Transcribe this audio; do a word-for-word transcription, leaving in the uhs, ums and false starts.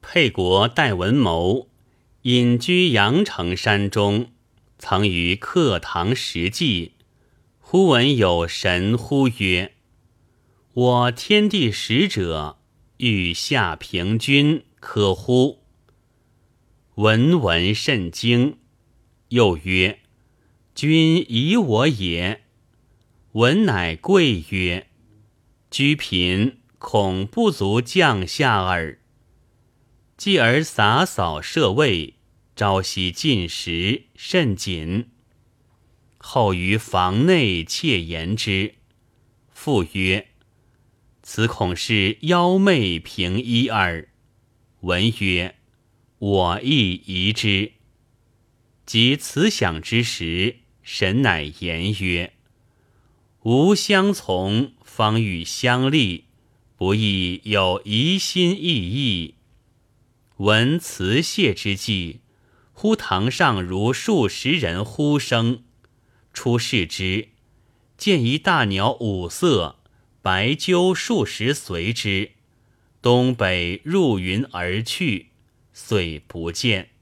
沛国戴文谋隐居阳城山中，曾于课堂食祭，忽闻有神呼曰：我天地使者，欲下平君，可乎？闻闻甚惊，又曰：君疑我也。闻乃贵曰：居贫，恐不足将下耳。继而洒扫舍卫，朝夕进食，甚谨。后于房内窃言之，复曰：此恐是妖媚平一耳。闻曰：我亦疑之。及此想之时，神乃言曰：吾相从，方欲相利，不亦有疑心异义。闻辞谢之际，忽堂上如数十人呼声，出视之，见一大鸟五色，白鸠数十随之，东北入云而去，遂不见。